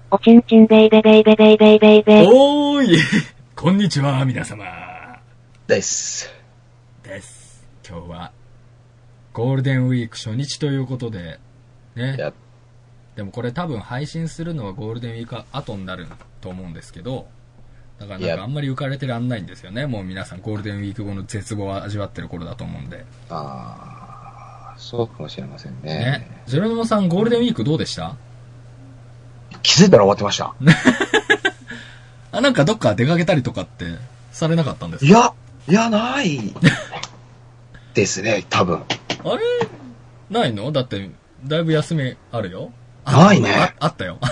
おちんちんベイベベイベベイベイベイベイ。 おーいこんにちは、皆様。 です。 今日は、ゴールデンウィーク初日ということで、ね。でもこれ多分配信するのはゴールデンウィーク後になると思うんですけど、だからなんかあんまり浮かれてらんないんですよね。もう皆さんゴールデンウィーク後の絶望を味わってる頃だと思うんで。 そうかもしれませんね。 ね。ジェロニモさん、ゴールデンウィークどうでした？ 気づいたら終わってました。 なんかどっか出かけたりとかってされなかったんですか？いや、ないですね、多分。 あれないの？だって、だいぶ休みあるよ。 ないね。 あったよ。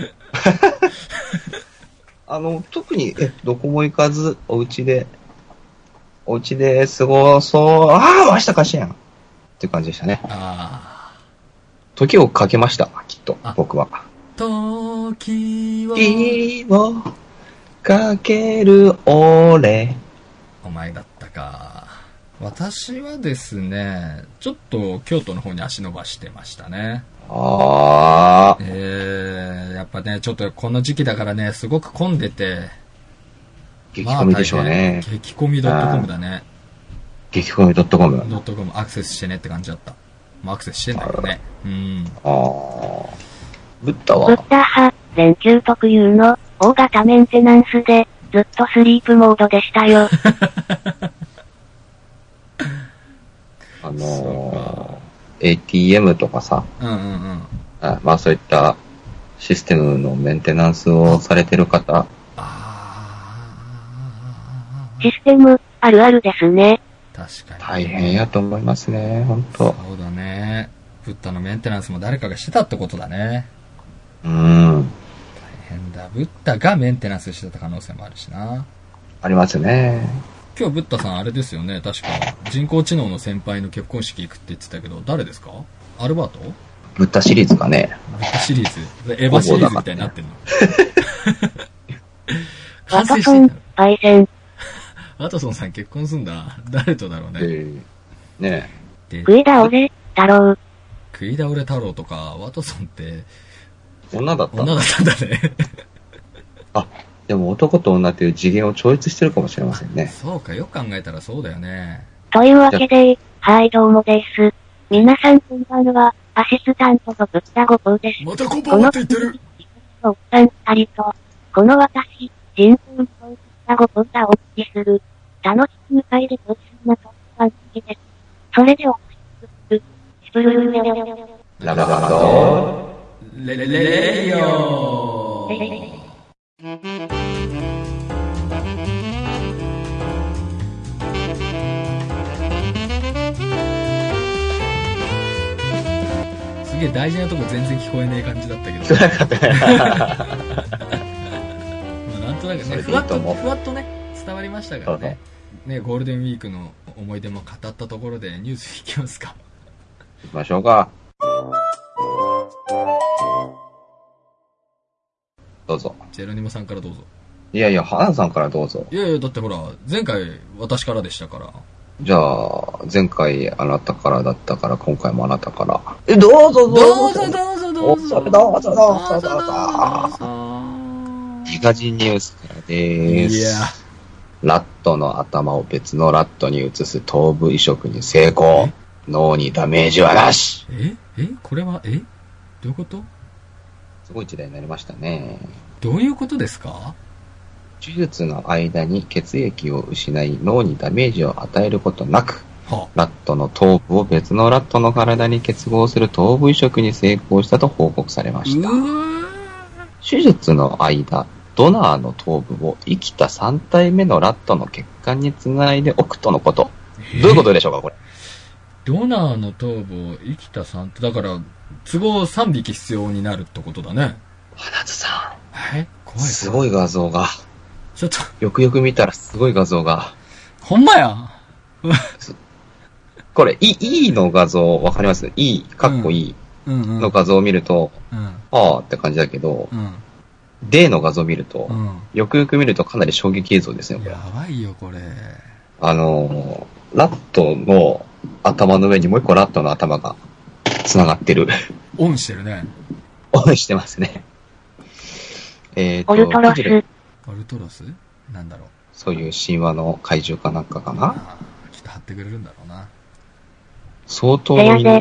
特に、どこも行かず、お家で過ごそう、明日かしやん。って感じでしたね。時をかけました、きっと、僕は。 時をかける俺。 お前だったか。私はですね、ちょっと京都の方に足伸ばしてましたね。やっぱね、ちょっとこの時期だからね、すごく混んでて。 激混みでしょうね。 激混み .com だね。 激混み .com アクセスしてねって感じだった。もうアクセスしてんだけどね。 ブッダはブッダ派、連休特有の大型メンテナンスで、ずっとスリープモードでしたよ。 ATM とかさ、そういったシステムのメンテナンスをされてる方。 システム、あるあるですね。 確かに。 大変やと思いますね、ほんと。 そうだね。ブッダのメンテナンスも誰かがしてたってことだね。大変だ。ブッダがメンテナンスしてた可能性もあるしな。 ありますね。 今日ブッダさんあれですよね。確か人工知能の先輩の結婚式行くって言ってたけど、誰ですか？アルバート？ ブッダシリーズかね。 ブッダシリーズ。エヴァシリーズみたいになってんの。完成してた。 パイセン。 ワトソンさん結婚すんだ。誰とだろうね。 ねえ。食い倒れ太郎。 食い倒れ太郎とか、ワトソンって、 女だったんだね。 でも男と女っていう次元を超越してるかもしれませんね。 そうか、よく考えたらそうだよね。 というわけで、はいどうもです。皆さんこんばんは、アシスタントのブッダゴポーです。 またこんばんはって言ってる。 ありと、この私、人工のブッダゴポーダをお聞きする、楽しく迎えでごちそうなと番組です。それでは、スプルルレラララドレレヨすげえ大事なとこ全然聞こえねえ感じだったけど。 聞こえなかったね。 なんとなくね、ふわっとね、伝わりましたからね。ね、ゴールデンウィークの思い出も語ったところでニュースいきますか。 行きましょうか。どうぞ。 ジェロニモさんからどうぞ。 いやいや、花さんからどうぞ。 いやいや、だってほら、前回私からでしたから。 じゃあ、前回あなたからだったから、今回もあなたから。どうぞ。ギガジニュースからでーす。 いや。 ラットの頭を別のラットに移す頭部移植に成功。脳にダメージはなし。 これは、どういうこと？ すごい時代になりましたね。 どういうことですか？ 手術の間に血液を失い脳にダメージを与えることなく、ラットの頭部を別のラットの体に結合する頭部移植に成功したと報告されました。手術の間、ドナーの頭部を生きた3体目のラットの血管につないでおくとのこと。どういうことでしょうか、これ。 ドナーの頭部を生きた3体、だから都合3匹必要になるってことだね。 花津さん。怖い。 すごい画像が。 ちょっと。 よくよく見たらすごい画像が。 ほんまや。 これ、E の画像わかります？ E、かっこ E の画像を見ると、あーって感じだけど、D の画像を見ると、よくよく見るとかなり衝撃映像ですね、これ。 やばいよ、これ。 ラットの頭の上にもう一個ラットの頭が繋がってる。 オンしてるね。 オンしてますね。 オルトロス。 オルトロスなんだろう。 そういう神話の怪獣かなんかかな。 きっと貼ってくれるんだろうな。 相当の犬。 レ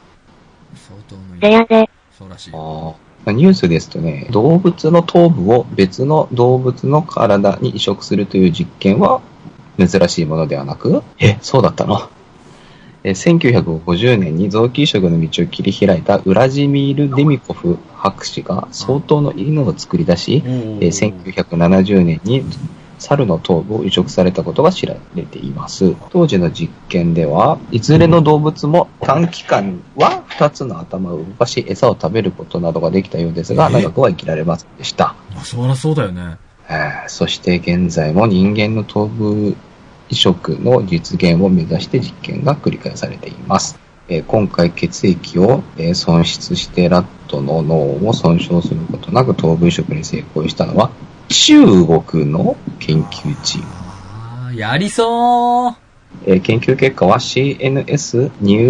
アで。 そうらしい。 ニュースですとね、動物の頭部を別の動物の体に移植するという実験は珍しいものではなく、そうだったの1950年に臓器移植の道を切り開いたウラジミール・デミコフ博士が相当の犬を作り出し、1970年に猿の頭部を移植されたことが知られています。当時の実験では、いずれの動物も短期間は2つの頭を動かし、餌を食べることなどができたようですが、長くは生きられませんでした。 そりゃそうだよね。 そして現在も人間の頭部移植の実現を目指して実験が繰り返されています。今回血液を損失してラットの脳を損傷することなく頭部移植に成功したのは中国の研究チーム。やりそう。 研究結果は CNS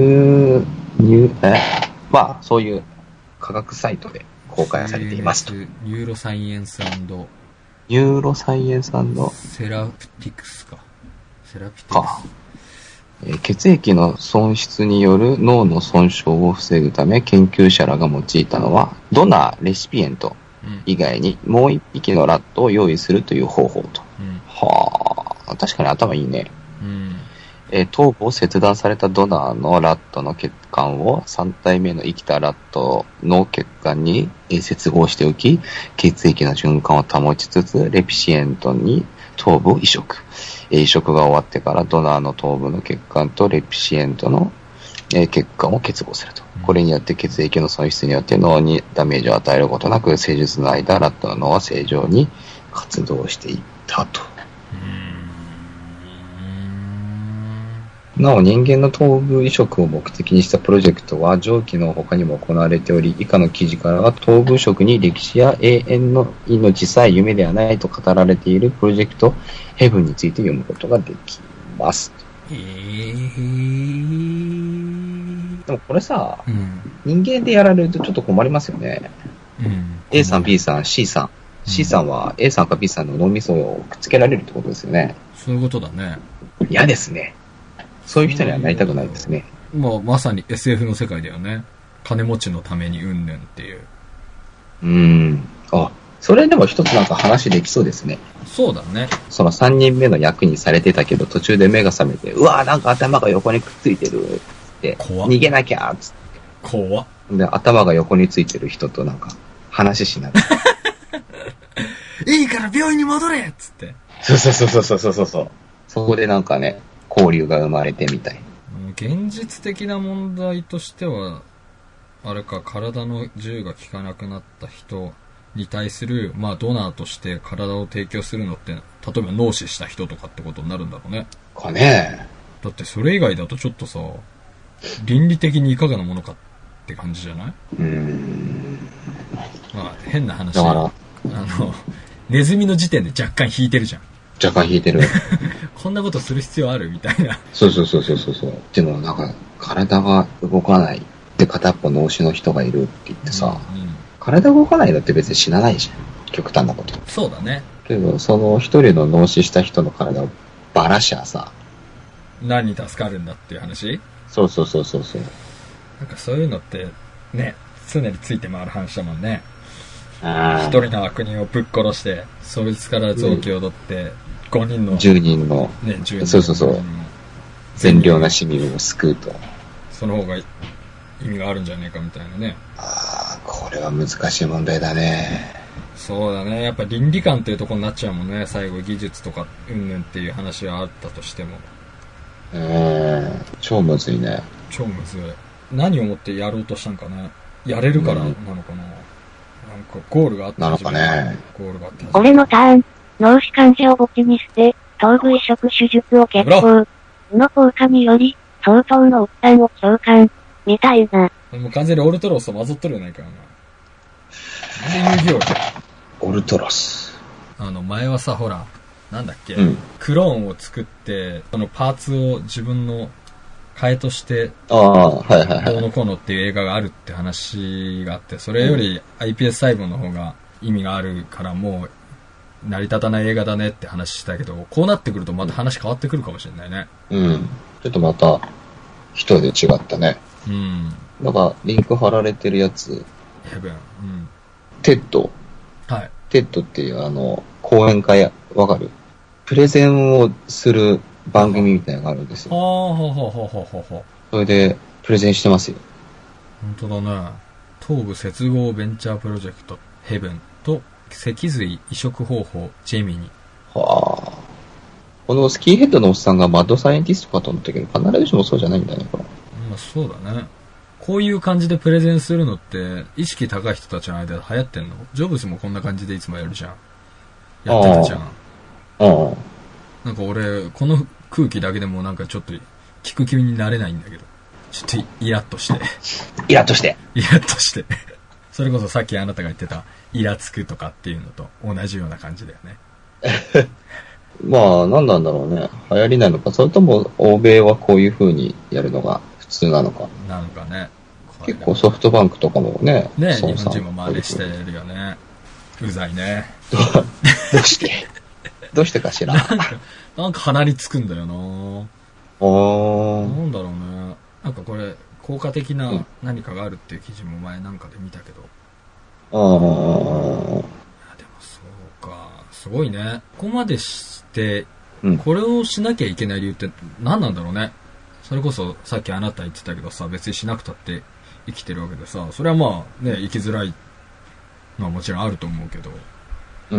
そういう科学サイトで公開されていますと。 ニューロサイエンス&セラピティクスか。 血液の損失による脳の損傷を防ぐため研究者らが用いたのはドナー・レシピエント以外にもう一匹のラットを用意するという方法と。確かに頭いいね。頭部を切断されたドナーのラットの血管を3体目の生きたラットの血管に接合しておき、血液の循環を保ちつつレピシエントに頭部を移植。移植が終わってからドナーの頭部の血管とレピシエントの血管を結合すると。これによって血液の損失によって脳にダメージを与えることなく、施術の間ラットの脳は正常に活動していったと。なお人間の頭部移植を目的にしたプロジェクトは上記の他にも行われており、以下の記事からは頭部移植に歴史や永遠の命さえ夢ではないと語られているプロジェクトヘブンについて読むことができます。でもこれさ、人間でやられるとちょっと困りますよね。A さん、B さん、C さん。C さんは A さんか B さんの脳みそをくっつけられるってことですよね。 そういうことだね。 嫌ですね。そういう人にはなりたくないですね。 まさに SF の世界だよね。金持ちのためにうんぬんっていう。 それでも一つなんか話できそうですね。 そうだね。 その3人目の役にされてたけど、途中で目が覚めて、うわーなんか頭が横にくっついてるって、逃げなきゃーっつって。 怖っ。 で、頭が横についてる人となんか話しながら。 いいから病院に戻れっつって。 そう。そこでなんかね、交流が生まれてみたい。 現実的な問題としては、あれか、体の銃が効かなくなった人に対する、ドナーとして体を提供するのって、例えば脳死した人とかってことになるんだろうね。 かね。 だってそれ以外だとちょっとさ、倫理的にいかがなものかって感じじゃない？変な話。だからネズミの時点で若干引いてるじゃん。 若干引いてる。 こんなことする必要あるみたいな。 そう。でもなんか、体が動かないで片っぽ脳死の人がいるって言ってさ、体動かないだって別に死なないじゃん。極端なこと。 そうだね。 けど、その一人の脳死した人の体をバラしゃさ。 何に助かるんだっていう話？ そう。 なんかそういうのってね、常について回る話だもんね。一人の悪人をぶっ殺して、そいつから臓器を取って、5人の。 10人の。 ね、10 人の。そう。善良な市民を救うと。 その方が意味があるんじゃねえかみたいなね。 これは難しい問題だね。 そうだね。やっぱ倫理観っていうところになっちゃうもんね。最後技術とかうんぬんっていう話はあったとしても。 超むずいね。 超むずい。何をもってやろうとしたんかね。やれるからなのかな。なんかゴールがあったなのかね。 俺のターン。脳死患者を墓地にして、頭部移植手術を決行。その効果により、相当の負担を償還。みたいな。 もう完全にオルトロスと混ざっとるやないかな。なんで遊戯王じゃん。 オルトロス。 前はさ、ほら、なんだっけ、クローンを作って、そのパーツを自分の替えとして、どうのこうのっていう映画があるって話があって、それより iPS 細胞の方が意味があるからもう成り立たない映画だねって話したけど、こうなってくるとまた話変わってくるかもしれないね。 うん。ちょっとまた一人で違ったね。 うん。 なんかリンク貼られてるやつ。 ヘブン。うん。 テッド。 はい。 テッドっていう講演会わかる？プレゼンをする番組みたいなのがあるんですよ。それでプレゼンしてますよ。 本当だね。東部接合ベンチャープロジェクトヘブンと脊髄移植方法ジェミニ。 はあ。このスキンヘッドのおっさんがマッドサイエンティストかと思ったけど、必ずしもそうじゃないんだね、これ。 まあそうだね。こういう感じでプレゼンするのって意識高い人たちの間で流行ってんの？ジョブズもこんな感じでいつもやるじゃん。やってたじゃん。ああ。なんか俺この空気だけでもなんかちょっと聞く気になれないんだけど、ちょっとイラッとしてイラッとしてそれこそさっきあなたが言ってたイラつくとかっていうのと同じような感じだよね。 まあ何なんだろうね。流行りなのか、それとも欧米はこういう風にやるのが普通なのか。 なのかね。 結構ソフトバンクとかもね。 ね、日本人も真似してるよね。うざいね。 どうしてかしら。 なんか鼻につくんだよな。なんだろうね。なんかこれ効果的な何かがあるっていう記事も前なんかで見たけど。いやでもそうか、すごいね。ここまでしてこれをしなきゃいけない理由って何なんだろうね。それこそさっきあなた言ってたけどさ、別にしなくたって生きてるわけでさ、それはまあね、生きづらいのはもちろんあると思うけど。い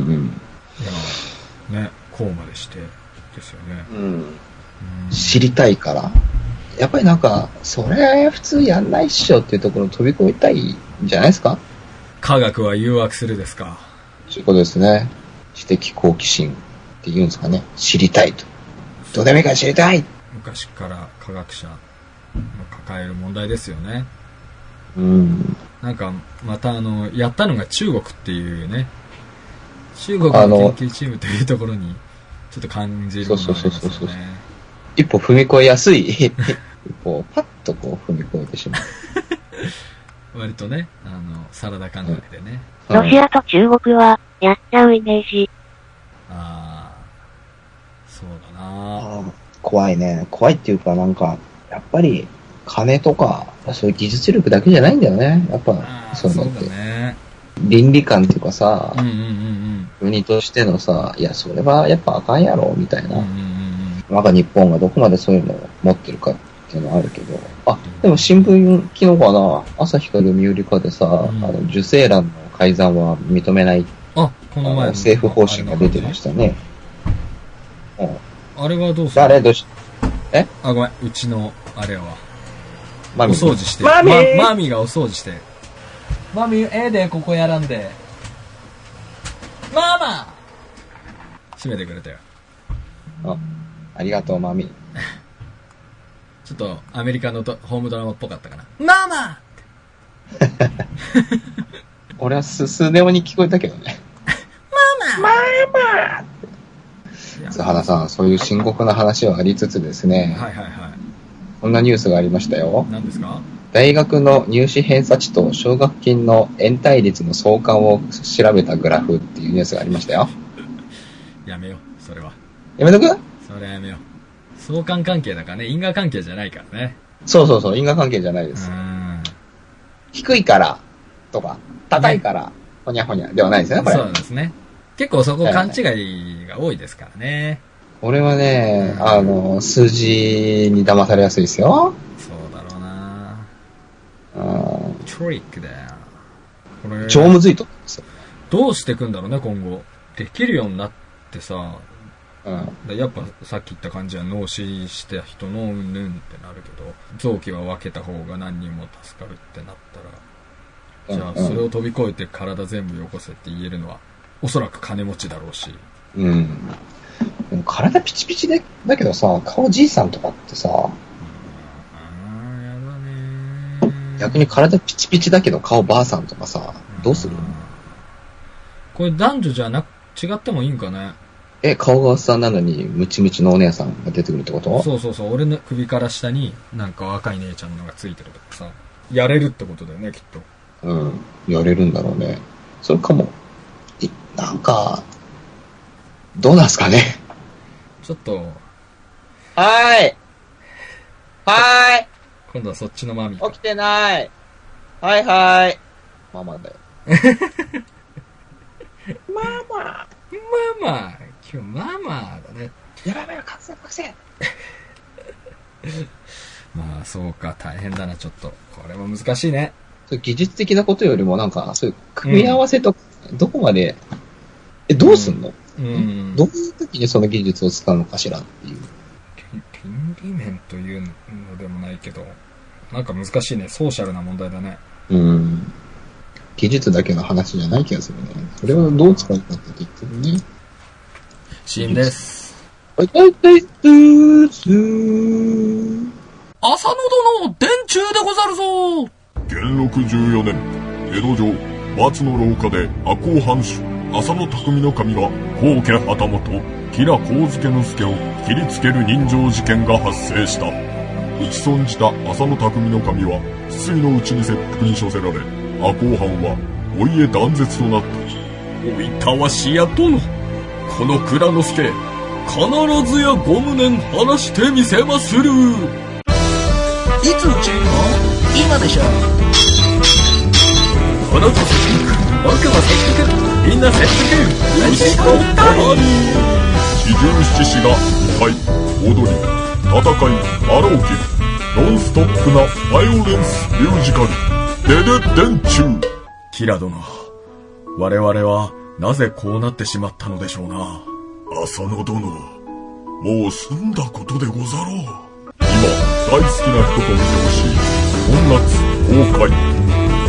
やね、こうまでしてですよね。 知りたいから。やっぱりなんかそれ普通やんないっしょっていうところを飛び越えたいんじゃないですか。 科学は誘惑するですか。 そういうことですね。知的好奇心って言うんですかね。知りたいと。どうでもいいから知りたい。 昔から科学者の抱える問題ですよね。なんかまたやったのが中国っていうね、中国の研究チームというところにちょっと感じるものがありますよね。 一歩踏み越えやすい一歩をパッとこう踏み越えてしまう。割とね、サラダ感覚でね。 ロシアと中国はやっちゃうイメージ。 ああ、そうだな。 怖いね。怖いっていうかなんかやっぱり金とかそういう技術力だけじゃないんだよね。やっぱそういうのって。そうだね。倫理観っていうかさ、国としてのさ、いやそれはやっぱあかんやろみたいな。我が日本がどこまでそういうのを持ってるかっていうのはあるけど、でも新聞昨日かな、朝日か読売かでさ、受精卵の改ざんは認めない、 この前政府方針が出てましたね。 あれはどうする？ 誰どうし？ ごめん、うちのあれはお掃除して、マーミーがお掃除して、マーミーでここやらんで、ママ閉めてくれたよ。 ありがとう、マミ。 ちょっとアメリカのホームドラマっぽかったかな。ママ俺はスネ夫に聞こえたけどね。ママ津原さん、そういう深刻な話はありつつですね。こんなニュースがありましたよ。 何ですか？ 大学の入試偏差値と奨学金の延滞率の相関を調べたグラフっていうニュースがありましたよ。 やめよう、それは。 やめとく？ それやめよう。相関関係だからね、因果関係じゃないからね。 そう、因果関係じゃないです。低いからとか、高いから、ほにゃほにゃではないですよね、これ。 そうですね。結構そこ勘違いが多いですからね。 俺はね、数字に騙されやすいですよ。 そうだろうな。トリックだよ。これ超むずいと思うんですよ。 どうしていくんだろうね、今後。できるようになってさ、やっぱさっき言った感じは脳死した人のうんぬんってなるけど、臓器は分けた方が何人も助かるってなったら、じゃあそれを飛び越えて体全部よこせって言えるのはおそらく金持ちだろうし。 でも体ピチピチだけどさ、顔じいさんとかってさ、やだね。逆に体ピチピチだけど顔ばあさんとかさ、どうする？ これ男女じゃなく違ってもいいんかね。 顔がおっさんなのにムチムチのお姉さんが出てくるってこと？ そう、俺の首から下になんか若い姉ちゃんのがついてるとかさ、やれるってことだよね、きっと。 やれるんだろうね。 それかも。なんか、どうなんすかね。 ちょっと。 はーい。 今度はそっちのマミ。 起きてない。はいはい。ママだよ。ママ。 今日ママだね。 やばいよ、覚醒。 まあそうか、大変だな、ちょっと。これも難しいね。 技術的なことよりもなんか、そういう組み合わせとか、どこまで、どうすんの、どういう時にその技術を使うのかしらっていう。 倫理面というのでもないけど、なんか難しいね。ソーシャルな問題だね。 技術だけの話じゃない気がするね。それをどう使うかって言ってるね。 CM です。 浅野殿の電柱でござるぞ。 元禄14年、江戸城松の廊下で赤穂藩主浅野匠の神が高家旗本吉良上野介を切りつける人情事件が発生した。打ち損じた浅野匠の神は失意のうちに切腹に処せられ、赤穂藩はお家断絶となった。 おいたわしや殿、この蔵之介必ずやご無念晴らしてみせまする。 いつのチェーンの今でしょ。 この年僕も説得、みんな説得、何していこうか。 四十七士が歌い踊り戦いあろうけノンストップなバイオレンスミュージカルデデ電柱。 キラ殿、我々はなぜこうなってしまったのでしょうな。 浅野殿、もう済んだことでござろう。今大好きな人と見てほしい本夏公開。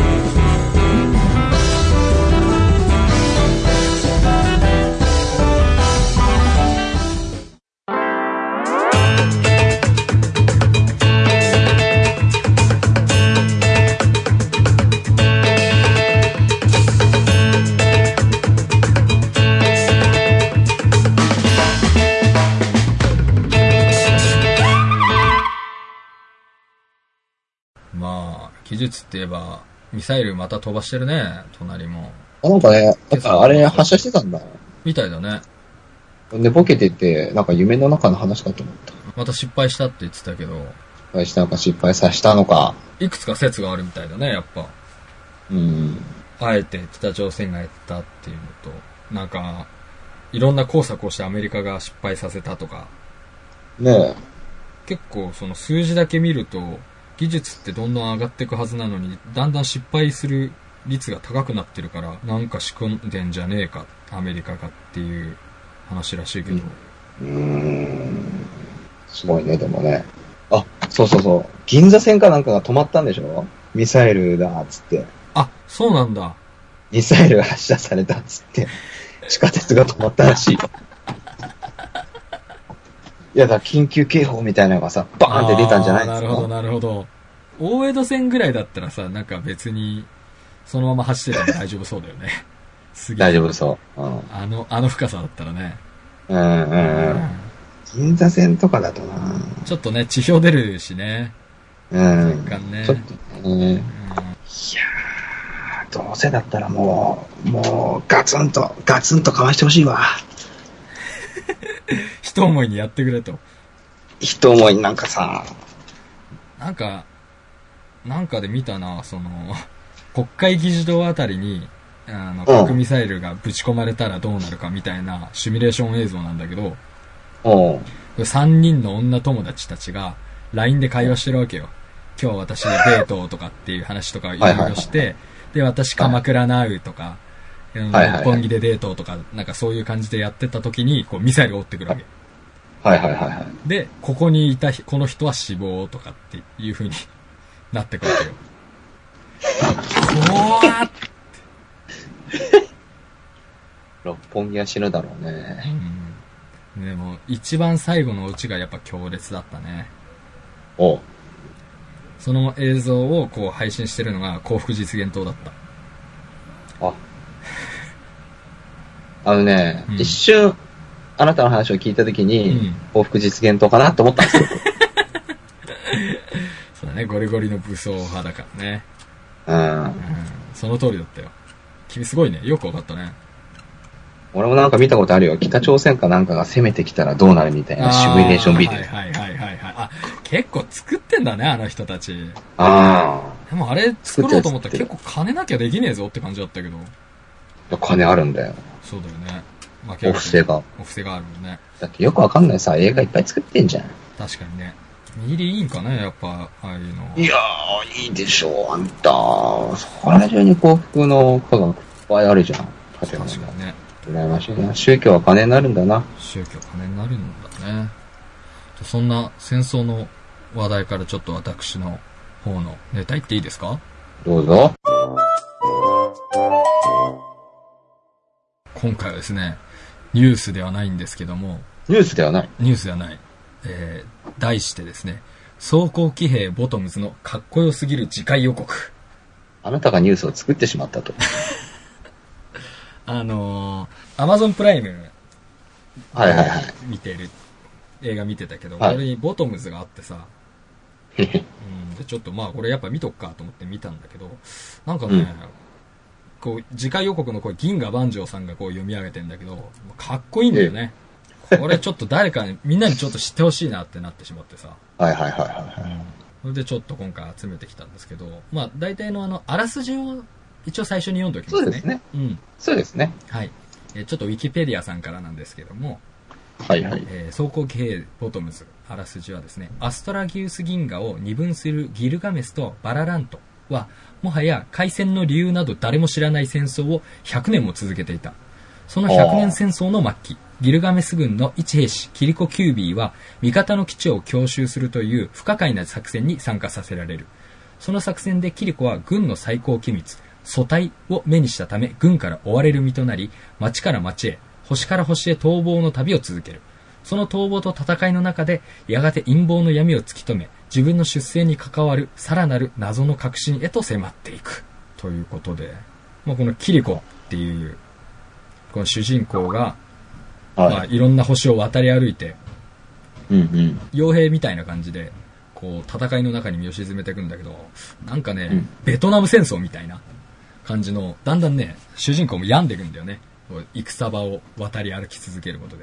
技術って言えば、ミサイルまた飛ばしてるね、隣も。 なんかね、あれ発射してたんだ。 みたいだね。 で、ボケてて、なんか夢の中の話かと思った。 また失敗したって言ってたけど。 失敗させたのか。 いくつか説があるみたいだね、やっぱ。あえて北朝鮮がやったっていうのと、なんか、いろんな工作をしてアメリカが失敗させたとか。 ねえ。 結構その数字だけ見ると、技術ってどんどん上がっていくはずなのに、だんだん失敗する率が高くなってるから、なんか仕組んでんじゃねえか、アメリカがっていう話らしいけど。 すごいね、でもね。あ、そう。銀座線かなんかが止まったんでしょ？ミサイルだ、つって。 あ、そうなんだ。 ミサイルが発射された、つって。地下鉄が止まったらしい。いやだ、緊急警報みたいなのがさ、バーンって出たんじゃないですか。 なるほど。大江戸線ぐらいだったらさ、なんか別に、そのまま走ってても大丈夫そうだよね。 大丈夫そう。 あの深さだったらね。 銀座線とかだとな。 ちょっとね、地表出るしね。若干ね。 ちょっとね。いやー、どうせだったらもう、ガツンとかわしてほしいわ。 一思いにやってくれと。 一思いになんかさ。 なんかで見たな、国会議事堂あたりに、核ミサイルがぶち込まれたらどうなるかみたいなシミュレーション映像なんだけど、3人の女友達たちが LINE で会話してるわけよ。今日私デートとかっていう話とかいろいろして、で、私鎌倉ナウとか、六本木でデートとか、なんかそういう感じでやってた時に、こうミサイルが追ってくるわけ。で、ここにいたこの人は死亡とかっていう風になってくるわけよ。怖ーって。 六本木は死ぬだろうね。 でも、一番最後のオチがやっぱ強烈だったね。その映像をこう配信してるのが幸福実現党だった。 一瞬、あなたの話を聞いたときに、幸福実現党かなと思ったんですよ。 そうだね、ゴリゴリの武装派だからね。その通りだったよ。 君すごいね。よくわかったね。 俺もなんか見たことあるよ。北朝鮮かなんかが攻めてきたらどうなるみたいなシミュレーションビデオ。 はい。あ、結構作ってんだね、あの人たち。 ああ。 でもあれ作ろうと思ったら結構金なきゃできねえぞって感じだったけど。 金あるんだよ。 そうだよね。 まあ、お布施が。 お布施があるもんね。 だってよくわかんないさ、映画いっぱい作ってんじゃん。 確かにね。見入りいいんかね、やっぱ、ああいうの。 いやー、いいでしょう、あんた。そこら中に幸福の科学いっぱいあるじゃん。 確かにね。 羨ましいな。宗教は金になるんだな。 宗教は金になるんだね。そんな戦争の話題からちょっと私の方のネタ言っていいですか？ どうぞ。 今回はですね、ニュースではないんですけども。 ニュースではない。 ニュースではない。題してですね、装甲騎兵ボトムズのかっこよすぎる次回予告。 あなたがニュースを作ってしまったと。 Amazon プライムはい見てる映画見てたけど、 はい、 これにボトムズがあってさ、でちょっとまあこれやっぱ見とくかと思って見たんだけど、なんかね、こう次回予告のこれ銀河万丈さんがこう読み上げてんだけど、かっこいいんだよね。これちょっと誰かにみんなにちょっと知ってほしいなってなってしまってさ。それでちょっと今回集めてきたんですけど、まあ大体のあらすじを一応最初に読んでおきますね。 そうですね。そうですね。 はい。ちょっとウィキペディアさんからなんですけども、装甲騎兵ボトムズ、あらすじはですね、アストラギウス銀河を二分するギルガメスとバララントは、もはや開戦の理由など誰も知らない戦争を100年も続けていた。その100年戦争の末期、ギルガメス軍の一兵士、キリコ・キュービーは、味方の基地を強襲するという不可解な作戦に参加させられる。その作戦でキリコは軍の最高機密、組対を目にしたため軍から追われる身となり、町から町へ、星から星へ逃亡の旅を続ける。その逃亡と戦いの中で、やがて陰謀の闇を突き止め、自分の出生に関わるさらなる謎の核心へと迫っていく。ということで、まあ、このキリコっていう、この主人公が、まあ、いろんな星を渡り歩いて、傭兵みたいな感じで、こう、戦いの中に身を沈めていくんだけど、なんかね、ベトナム戦争みたいな感じの、だんだんね、主人公も病んでいくんだよね。戦場を渡り歩き続けることで。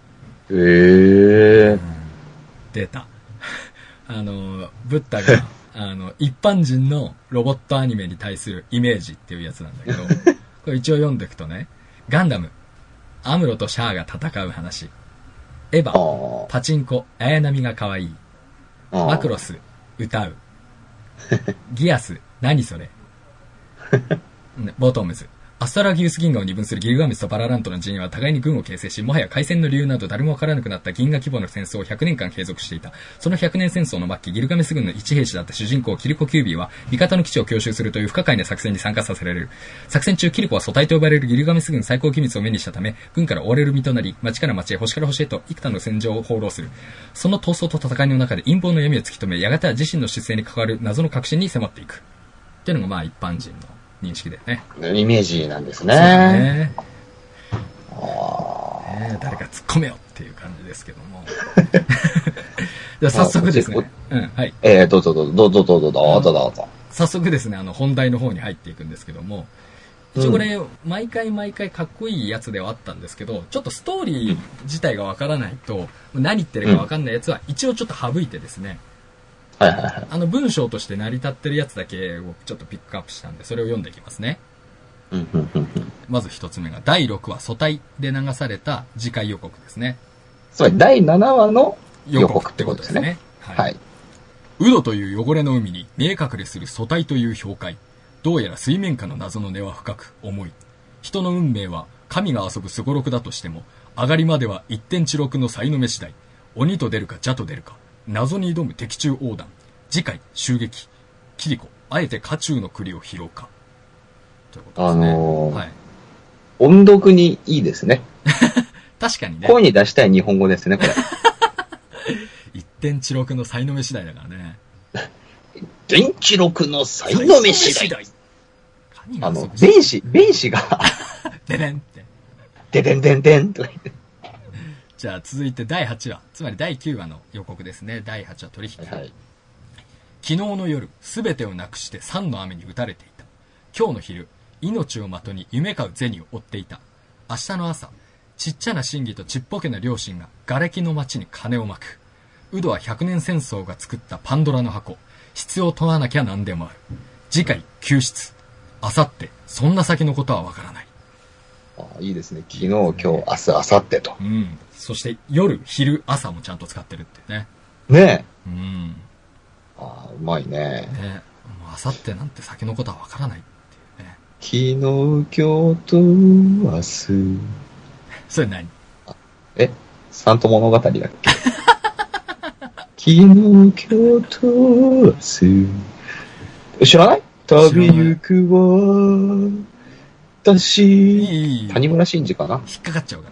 出た。ブッダが、一般人のロボットアニメに対するイメージっていうやつなんだけど、これ一応読んでいくとね、ガンダム、アムロとシャアが戦う話。エヴァ、パチンコ、綾波が可愛い。マクロス、歌う。ギアス、何それ。ボトムズ。アストラギウス銀河を二分するギルガメスとバララントの陣営は互いに軍を形成し、もはや開戦の理由など誰もわからなくなった銀河規模の戦争を100年間継続していた。その100年戦争の末期、ギルガメス軍の一兵士だった主人公キリコ・キュービーは、味方の基地を強襲するという不可解な作戦に参加させられる。作戦中、キリコは組対と呼ばれるギルガメス軍最高機密を目にしたため、軍から追われる身となり、町から町へ、星から星へと幾多の戦場を放浪する。その闘争と戦いの中で陰謀の闇を突き止め、やがては自身の出生に関わる謎の核心に迫っていく。っていうのがまあ一般人の認識だよね。 イメージなんですね。 そうだね。誰か突っ込めよっていう感じですけども。じゃあ早速ですね。はい。 どうぞ。 早速ですね、本題の方に入っていくんですけども、一応これ、毎回かっこいいやつではあったんですけど、ちょっとストーリー自体がわからないと、何言ってるかわかんないやつは、一応ちょっと省いてですね、文章として成り立ってるやつだけをちょっとピックアップしたんで、それを読んでいきますね。まず一つ目が、第6話、組対で流された次回予告ですね。 それ、第7話の予告ってことですね。 はい。ウドという汚れの海に見え隠れする組対という氷塊。どうやら水面下の謎の根は深く、重い。人の運命は神が遊ぶすごろくだとしても、上がりまでは一点地録の才の目次第。鬼と出るか邪と出るか。謎に挑む敵中横断。次回、襲撃。キリコ、あえて家中の栗を拾うか。ということですね。はい。 音読にいいですね。 確かにね。 声に出したい日本語ですね、これ。 一点地録の才の目次第だからね。 一点地録の才の目次第。弁士が、 ででんって。 ででんでんでんとか言って。 じゃあ続いて第8話、つまり第9話の予告ですね。第8話取引。昨日の夜、すべてをなくして3の雨に打たれていた。今日の昼、 命を的に夢買う銭を追っていた。明日の朝、ちっちゃな真偽とちっぽけな両親が瓦礫の街に金をまく。ウドは100年戦争が作ったパンドラの箱。必要問わなきゃ何でもある。次回、救出。明後日、そんな先のことはわからない。 いいですね。昨日、今日、明日、明後日と。 うん。そして、夜、昼、朝もちゃんと使ってるってね。 ねえ。うん。 うまいね。 ね。もう明後日なんて先のことはわからないっていうね。 昨日、今日と明日。 それ何？ サント物語だっけ昨日、今日と明日。知らない？旅行くわ。私。谷村新司かな？ 引っかかっちゃうから。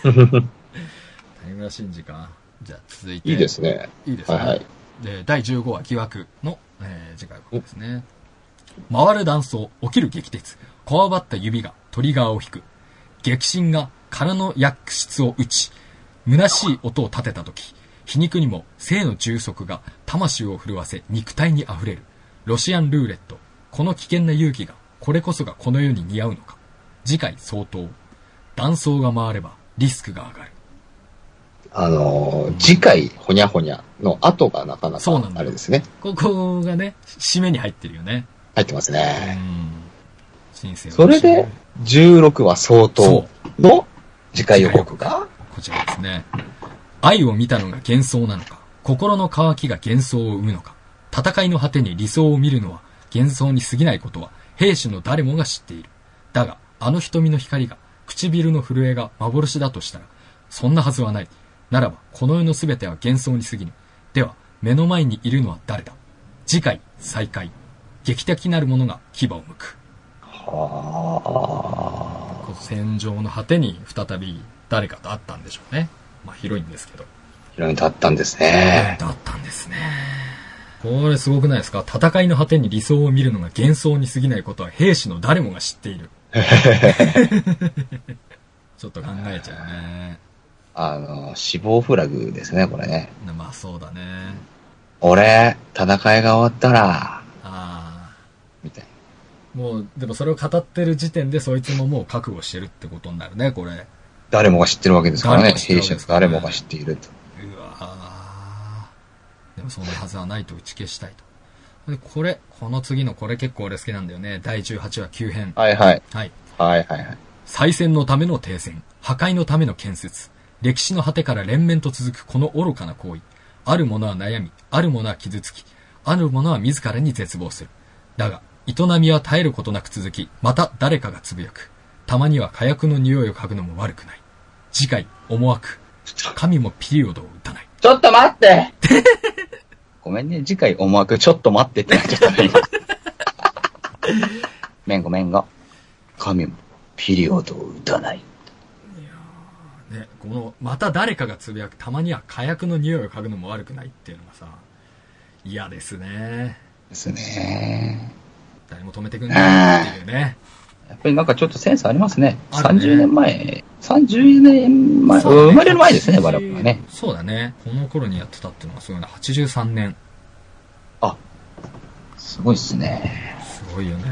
谷村新司か。じゃあ続いて。 いいですね。 いいですね。 はいはい。 で、第15話疑惑の、次回ですね。回る断層、起きる激鉄。こわばった指がトリガーを引く。激震が空の薬室を打ち、虚しい音を立てたとき、皮肉にも生の充足が魂を震わせ肉体に溢れる。ロシアンルーレット。この危険な勇気が、これこそがこの世に似合うのか。次回相当。断層が回ればリスクが上がる。 次回ほにゃほにゃの後がなかなかあれですね。 ここがね、締めに入ってるよね。 入ってますね。 人生それで、16話相当の次回予告がこちらですね。愛を見たのが幻想なのか、心の渇きが幻想を生むのか、戦いの果てに理想を見るのは幻想に過ぎないことは兵士の誰もが知っている。だが、あの瞳の光が、唇の震えが幻だとしたら、そんなはずはない。ならば、この世のすべては幻想に過ぎぬ。では、目の前にいるのは誰だ？次回、再会。劇的なるものが牙を向く。戦場の果てに再び誰かと会ったんでしょうね。まあ、ヒロインですけど。 ヒロインと会ったんですね。 だったんですね。これすごくないですか？戦いの果てに理想を見るのが幻想に過ぎないことは兵士の誰もが知っている。ちょっと考えちゃうね。 死亡フラグですね、これね。 まあそうだね。 俺、戦いが終わったら、みたいな。もう、でもそれを語ってる時点でそいつももう覚悟してるってことになるね、これ。 誰もが知ってるわけですからね、兵士は誰もが知っていると。 うわでもそんなはずはないと打ち消したいと。で、この次のこれ結構俺好きなんだよね。第18話急編。 はいはい。 はい。 はいはいはい。 再戦のための停戦。破壊のための建設。歴史の果てから連綿と続くこの愚かな行為。ある者は悩み、ある者は傷つき、ある者は自らに絶望する。だが、営みは絶えることなく続き、また誰かがつぶやく。たまには火薬の匂いを嗅ぐのも悪くない。次回、思惑。神もピリオドを打たない。 ちょっと待ってごめんね、次回思惑ちょっと待ってってなっちゃったね、今。ごめんが。神もピリオドを打たない。 ね、このまた誰かがつぶやく、たまには火薬の匂いを嗅ぐのも悪くないっていうのがさ、嫌ですね。 ですね。 誰も止めてくんないっていうね。 やっぱりなんかちょっとセンスありますね。30年前、30年前、生まれる前ですね、我々はね。 そうだね。この頃にやってたっていうのがすごいな。83年。 すごいっすね。 すごいよね。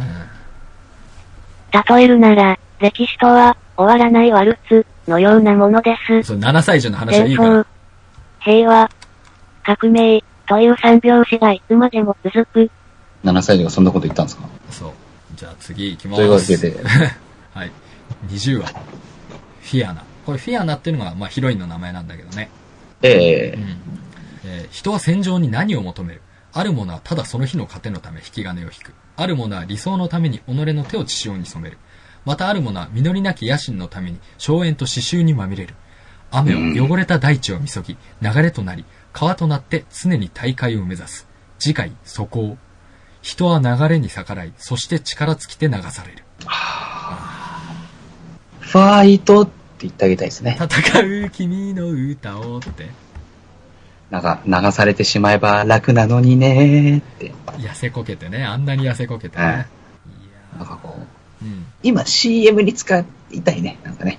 例えるなら、歴史とは、終わらないワルツのようなものです。 そう、7歳児の話はいいから。 平和、革命という三拍子がいつまでも続く。 7歳児がそんなこと言ったんですか？ そう。じゃあ次行きます。 というわけで。 はい。20話。フィアナ。これフィアナっていうのが、まあヒロインの名前なんだけどね。人は戦場に何を求める？ある者はただその日の糧のため引き金を引く。ある者は理想のために己の手を血潮に染める。またある者は実りなき野心のために荘園と刺繍にまみれる。雨は汚れた大地をみそぎ、流れとなり、川となって常に大海を目指す。次回、そこを。人は流れに逆らい、そして力尽きて流される。 ファイトって言ってあげたいですね。 戦う君の歌をって。 流されてしまえば楽なのにねって。 痩せこけてね、あんなに痩せこけてね。いやなんかこう、今 CM に使いたいね、なんかね。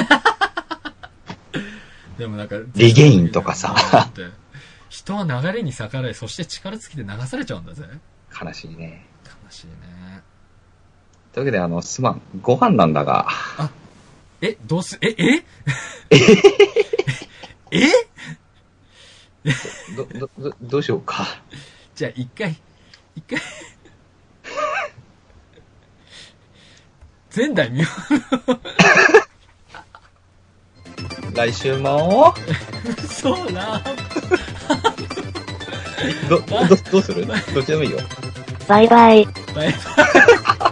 でもなんかリゲインとかさ。 人は流れに逆らい、そして力尽きて流されちゃうんだぜ。 悲しいね。 悲しいね。 というわけで、すまん。ご飯なんだが。 どうす、 どうしようか。 じゃあ、一回。前代未聞。 来週もそうな。 どうする？どっちでもいいよ。 バイバイ。 バイバイ。